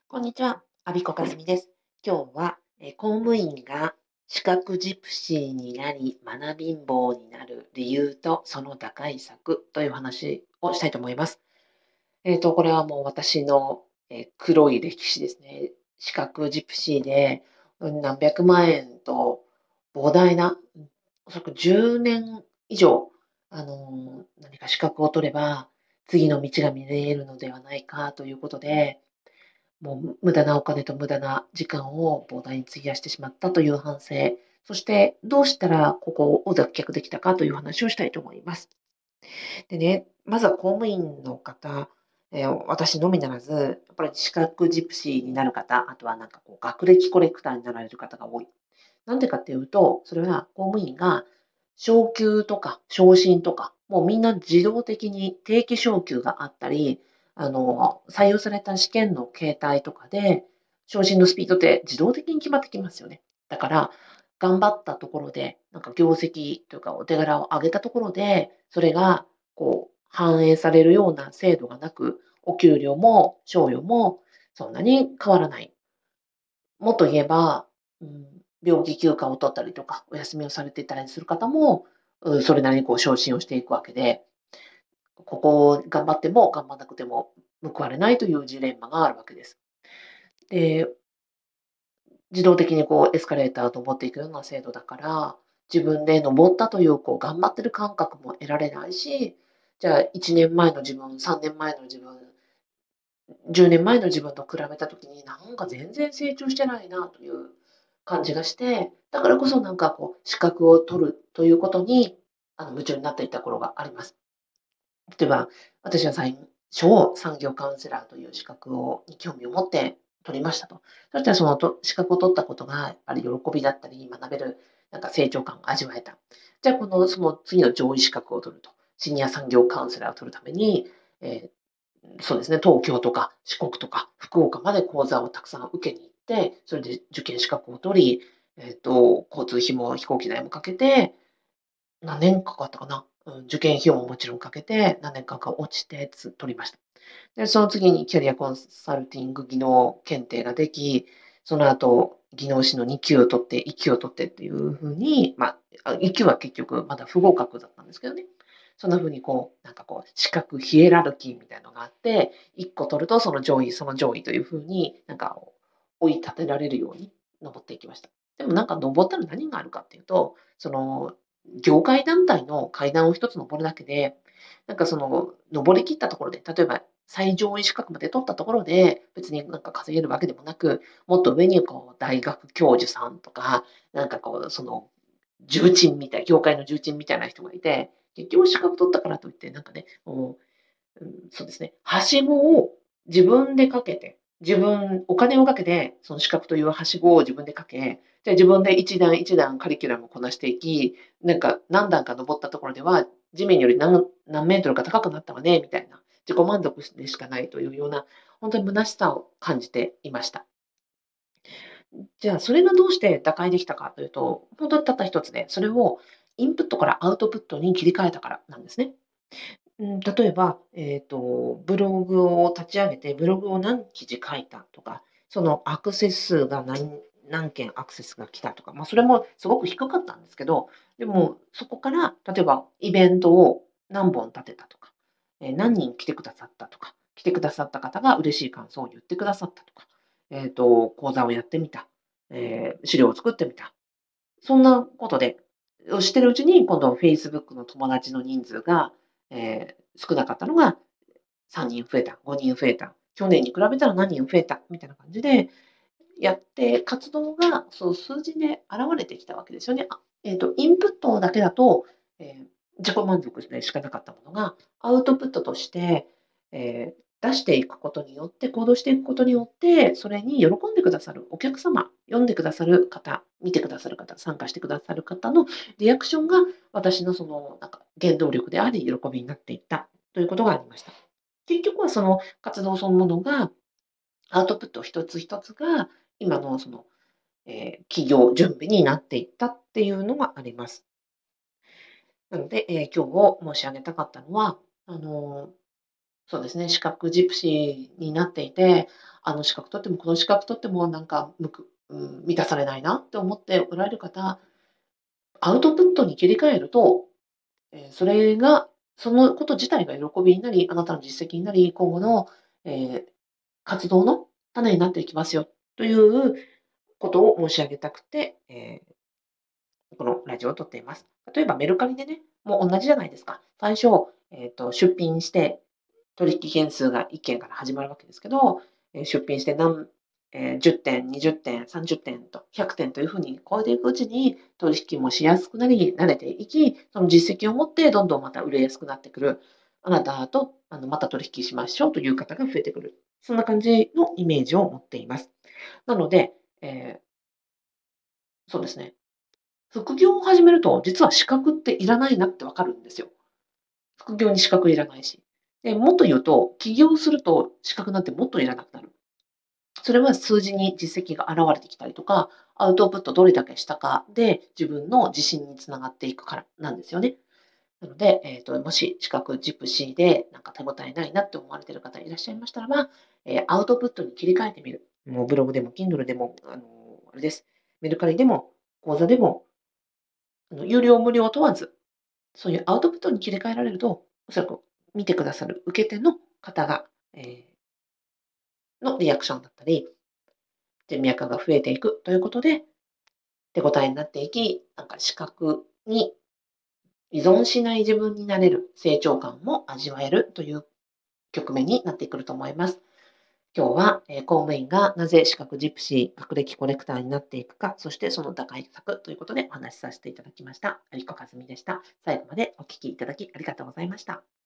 こんにちは、アビコかすみです。今日は、公務員が資格ジプシーになり学びん坊になる理由とその打開策という話をしたいと思います。これはもう私の、黒い歴史ですね。資格ジプシーで何百万円と膨大な、おそらく10年以上、何か資格を取れば次の道が見えるのではないかということで、もう無駄なお金と無駄な時間を膨大に費やしてしまったという反省、そしてどうしたらここを脱却できたかという話をしたいと思います。でね、まずは公務員の方、私のみならず、やっぱり資格ジプシーになる方、あとはなんかこう学歴コレクターになられる方が多い。なんでかっていうと、それは公務員が昇給とか昇進とか、もうみんな自動的に定期昇給があったり、採用された試験の形態とかで、昇進のスピードって自動的に決まってきますよね。だから、頑張ったところで、なんか業績というかお手柄を上げたところで、それがこう反映されるような制度がなく、お給料も賞与もそんなに変わらない。もっと言えば、病気休暇を取ったりとか、お休みをされていたりする方も、それなりにこう昇進をしていくわけで、ここを頑張っても頑張らなくても報われないというジレンマがあるわけです。で、自動的にこうエスカレーターを登っていくような制度だから、自分で登ったというこう頑張ってる感覚も得られないし、じゃあ1年前の自分、3年前の自分、10年前の自分と比べたときに、なんか全然成長してないなという感じがして、だからこそなんかこう、資格を取るということに、夢中になっていた頃があります。例えば、私は最初、産業カウンセラーという資格に興味を持って取りましたと。そしたらその資格を取ったことが、やっぱり喜びだったり、学べる、なんか成長感を味わえた。じゃあ、その次の上位資格を取ると。シニア産業カウンセラーを取るために、えそうですね、東京とか四国とか福岡まで講座をたくさん受けに行って、それで受験資格を取り、交通費も飛行機代もかけて、何年かかったかな。受験費用ももちろんかけて、何年間か落ちて取りました。で、その次にキャリアコンサルティング技能検定ができ、その後、技能士の2級を取って、1級を取ってっていうふうに、1級は結局まだ不合格だったんですけどね。そんな風にこう、なんかこう、資格ヒエラルキーみたいなのがあって、1個取るとその上位、その上位という風に、なんか追い立てられるように登っていきました。でもなんか登ったら何があるかっていうと、その、業界団体の階段を一つ登るだけで、なんかその、登り切ったところで、例えば最上位資格まで取ったところで、別になんか稼げるわけでもなく、もっと上にこう、大学教授さんとか、なんかこう、その、重鎮みたい、業界の重鎮みたいな人がいて、結局資格取ったからといって、なんかね、もう、そうですね、はしごを自分でかけて、お金をかけて、その資格というはしごを自分でかけ、じゃあ自分で一段一段カリキュラムをこなしていき、なんか何段か登ったところでは、地面より何メートルか高くなったわね、みたいな、自己満足でしかないというような、本当に虚しさを感じていました。じゃあ、それがどうして打開できたかというと、本当にたった一つで、それをインプットからアウトプットに切り替えたからなんですね。例えば、ブログを立ち上げて、ブログを何記事書いたとか、そのアクセス数が何件アクセスが来たとか、それもすごく低かったんですけど、でもそこから、例えばイベントを何本立てたとか、何人来てくださったとか、来てくださった方が嬉しい感想を言ってくださったとか、講座をやってみた、資料を作ってみた。そんなことで、してるうちに、今度 Facebook の友達の人数が、少なかったのが3人増えた、5人増えた、去年に比べたら何人増えた、みたいな感じでやって、活動がそう数字で現れてきたわけですよね。インプットだけだと、自己満足でしかなかったものが、アウトプットとして、出していくことによって、行動していくことによって、それに喜んでくださるお客様、読んでくださる方、見てくださる方、参加してくださる方のリアクションが私のそのなんか原動力であり、喜びになっていったということがありました。結局はその活動そのものが、アウトプット一つ一つが、今のその、企業準備になっていったっていうのがあります。なので、今日申し上げたかったのは、 そうですね、資格ジプシーになっていて、あの資格取ってもこの資格取ってもなんか満たされないなって思っておられる方、アウトプットに切り替えると、それが、そのこと自体が喜びになり、あなたの実績になり、今後の、えー活動の種になっていきますよということを申し上げたくて、このラジオを撮っています。例えばメルカリでね、もう同じじゃないですか。最初、出品して取引件数が1件から始まるわけですけど、出品して10点、20点、30点と100点というふうに超えていくうちに取引もしやすくなり、慣れていき、その実績を持ってどんどんまた売れやすくなってくる。あなたとまた取引しましょうという方が増えてくる。そんな感じのイメージを持っています。なので、そうですね。副業を始めると、実は資格っていらないなってわかるんですよ。副業に資格いらないし。で、もっと言うと、起業すると資格なんてもっといらなくなる。それは数字に実績が現れてきたりとか、アウトプットどれだけしたかで自分の自信につながっていくからなんですよね。なので、もし資格ジプシーでなんか手応えないなって思われている方いらっしゃいましたらば、アウトプットに切り替えてみる。もうブログでも Kindle でも、あれです。メルカリでも講座でも、有料無料問わず、そういうアウトプットに切り替えられると、おそらく見てくださる受け手の方が、のリアクションだったり、人脈が増えていくということで、手応えになっていき、なんか資格に依存しない自分になれる成長感も味わえるという局面になってくると思います。今日は、公務員がなぜ資格ジプシー、学歴コレクターになっていくか、そしてその打開策ということでお話しさせていただきました。有子和美でした。最後までお聞きいただきありがとうございました。